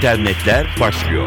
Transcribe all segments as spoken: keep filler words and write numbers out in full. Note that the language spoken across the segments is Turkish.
internetler başlıyor.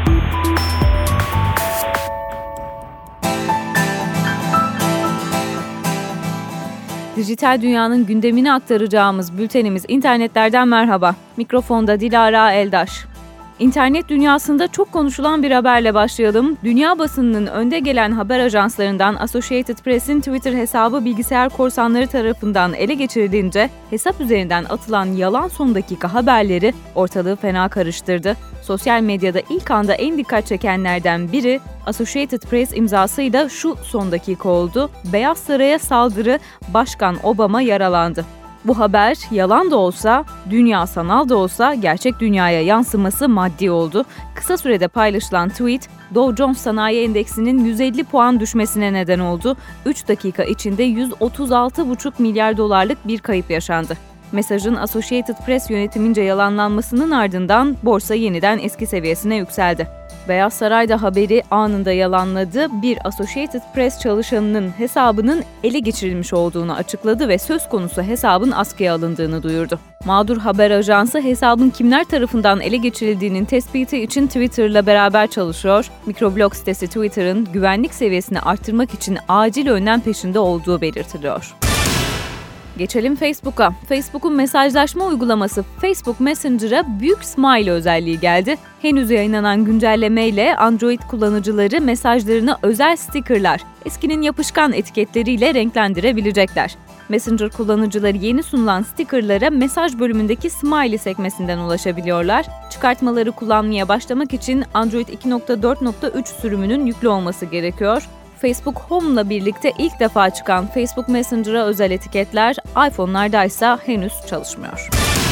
Dijital dünyanın gündemini aktaracağımız bültenimiz internetlerden merhaba. Mikrofonda Dilara Eldaş. İnternet dünyasında çok konuşulan bir haberle başlayalım. Dünya basınının önde gelen haber ajanslarından Associated Press'in Twitter hesabı bilgisayar korsanları tarafından ele geçirilince hesap üzerinden atılan yalan son dakika haberleri ortalığı fena karıştırdı. Sosyal medyada ilk anda en dikkat çekenlerden biri Associated Press imzasıyla şu son dakika oldu. Beyaz Saray'a saldırı, Başkan Obama yaralandı. Bu haber yalan da olsa, dünya sanal da olsa gerçek dünyaya yansıması maddi oldu. Kısa sürede paylaşılan tweet, Dow Jones Sanayi Endeksinin yüz elli puan düşmesine neden oldu. üç dakika içinde yüz otuz altı buçuk milyar dolarlık bir kayıp yaşandı. Mesajın Associated Press yönetimince yalanlanmasının ardından borsa yeniden eski seviyesine yükseldi. Beyaz Saray da haberi anında yalanladı. Bir Associated Press çalışanının hesabının ele geçirilmiş olduğunu açıkladı ve söz konusu hesabın askıya alındığını duyurdu. Mağdur haber ajansı hesabın kimler tarafından ele geçirildiğinin tespiti için Twitter'la beraber çalışıyor. Mikroblog sitesi Twitter'ın güvenlik seviyesini arttırmak için acil önlem peşinde olduğu belirtiliyor. Geçelim Facebook'a. Facebook'un mesajlaşma uygulaması Facebook Messenger'a büyük smile özelliği geldi. Henüz yayınlanan güncellemeyle Android kullanıcıları mesajlarına özel stickerlar, eskinin yapışkan etiketleriyle renklendirebilecekler. Messenger kullanıcıları yeni sunulan stickerlara mesaj bölümündeki smiley sekmesinden ulaşabiliyorlar. Çıkartmaları kullanmaya başlamak için Android iki nokta dört nokta üç sürümünün yüklü olması gerekiyor. Facebook Home'la birlikte ilk defa çıkan Facebook Messenger'a özel etiketler iPhone'larda ise henüz çalışmıyor.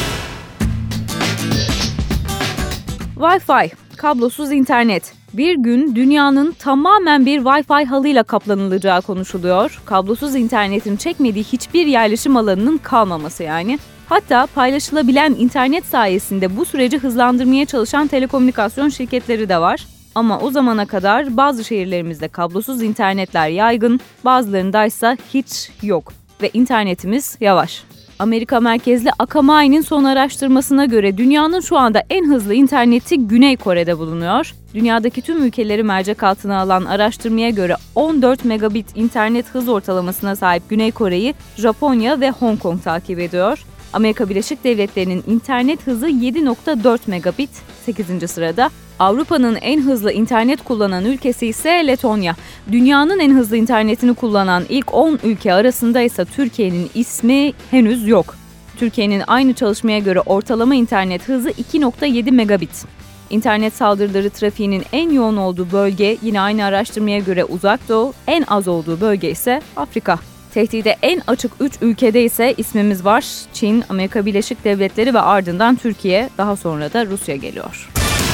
Wi-Fi, kablosuz internet. Bir gün dünyanın tamamen bir Wi-Fi halıyla kaplanılacağı konuşuluyor. Kablosuz internetin çekmediği hiçbir yerleşim alanının kalmaması yani. Hatta paylaşılabilen internet sayesinde bu süreci hızlandırmaya çalışan telekomünikasyon şirketleri de var. Ama o zamana kadar bazı şehirlerimizde kablosuz internetler yaygın, bazılarındaysa hiç yok ve internetimiz yavaş. Amerika merkezli Akamai'nin son araştırmasına göre dünyanın şu anda en hızlı interneti Güney Kore'de bulunuyor. Dünyadaki tüm ülkeleri mercek altına alan araştırmaya göre on dört megabit internet hız ortalamasına sahip Güney Kore'yi Japonya ve Hong Kong takip ediyor. Amerika Birleşik Devletleri'nin internet hızı yedi nokta dört megabit, sekizinci sırada. Avrupa'nın en hızlı internet kullanan ülkesi ise Letonya. Dünyanın en hızlı internetini kullanan ilk on ülke arasında ise Türkiye'nin ismi henüz yok. Türkiye'nin aynı çalışmaya göre ortalama internet hızı iki nokta yedi megabit. İnternet saldırıları trafiğinin en yoğun olduğu bölge yine aynı araştırmaya göre Uzak Doğu, en az olduğu bölge ise Afrika. Tehdide en açık üç ülkede ise ismimiz var. Çin, Amerika Birleşik Devletleri ve ardından Türkiye, daha sonra da Rusya geliyor.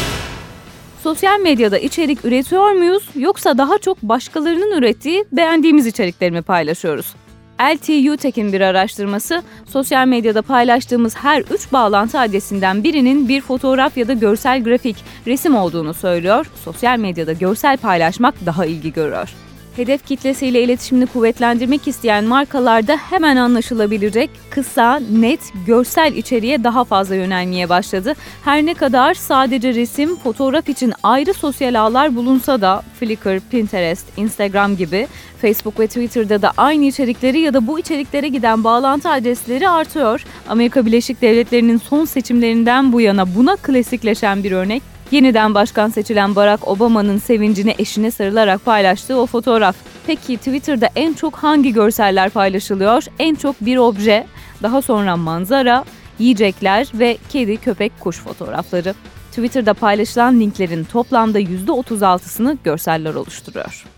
Sosyal medyada içerik üretiyor muyuz yoksa daha çok başkalarının ürettiği beğendiğimiz içerikleri mi paylaşıyoruz? L T U Tech'in bir araştırması, sosyal medyada paylaştığımız her üç bağlantı adresinden birinin bir fotoğraf ya da görsel grafik, resim olduğunu söylüyor. Sosyal medyada görsel paylaşmak daha ilgi görüyor. Hedef kitlesiyle iletişimini kuvvetlendirmek isteyen markalarda hemen anlaşılabilecek kısa, net, görsel içeriğe daha fazla yönelmeye başladı. Her ne kadar sadece resim, fotoğraf için ayrı sosyal ağlar bulunsa da Flickr, Pinterest, Instagram gibi Facebook ve Twitter'da da aynı içerikleri ya da bu içeriklere giden bağlantı adresleri artıyor. Amerika Birleşik Devletleri'nin son seçimlerinden bu yana buna klasikleşen bir örnek. Yeniden başkan seçilen Barack Obama'nın sevincine eşine sarılarak paylaştığı o fotoğraf. Peki Twitter'da en çok hangi görseller paylaşılıyor? En çok bir obje, daha sonra manzara, yiyecekler ve kedi, köpek, kuş fotoğrafları. Twitter'da paylaşılan linklerin toplamda yüzde otuz altısını görseller oluşturuyor.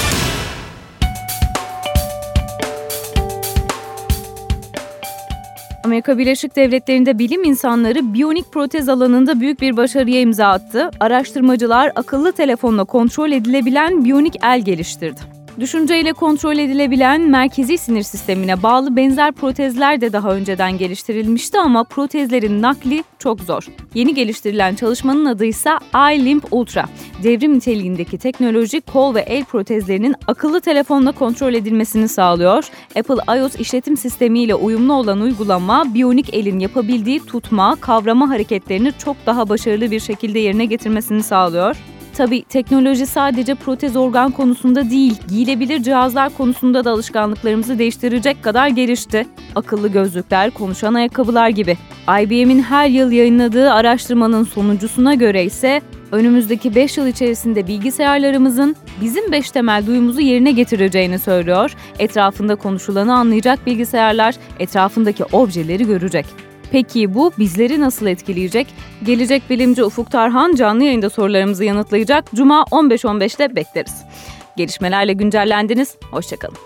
Amerika Birleşik Devletleri'nde bilim insanları biyonik protez alanında büyük bir başarıya imza attı. Araştırmacılar akıllı telefonla kontrol edilebilen biyonik el geliştirdi. Düşünceyle kontrol edilebilen merkezi sinir sistemine bağlı benzer protezler de daha önceden geliştirilmişti ama protezlerin nakli çok zor. Yeni geliştirilen çalışmanın adı ise iLimp Ultra. Devrim niteliğindeki teknoloji kol ve el protezlerinin akıllı telefonla kontrol edilmesini sağlıyor. Apple iOS işletim sistemiyle uyumlu olan uygulama, biyonik elin yapabildiği tutma, kavrama hareketlerini çok daha başarılı bir şekilde yerine getirmesini sağlıyor. Tabii teknoloji sadece protez organ konusunda değil, giyilebilir cihazlar konusunda da alışkanlıklarımızı değiştirecek kadar gelişti. Akıllı gözlükler, konuşan ayakkabılar gibi. I B M'in her yıl yayınladığı araştırmanın sonuncusuna göre ise önümüzdeki beş yıl içerisinde bilgisayarlarımızın bizim beş temel duyumuzu yerine getireceğini söylüyor. Etrafında konuşulanı anlayacak bilgisayarlar, etrafındaki objeleri görecek. Peki bu bizleri nasıl etkileyecek? Gelecek bilimci Ufuk Tarhan canlı yayında sorularımızı yanıtlayacak. Cuma on beş on beşte bekleriz. Gelişmelerle güncellendiniz. Hoşçakalın.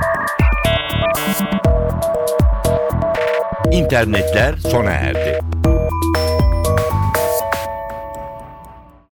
İnternetler sona erdi.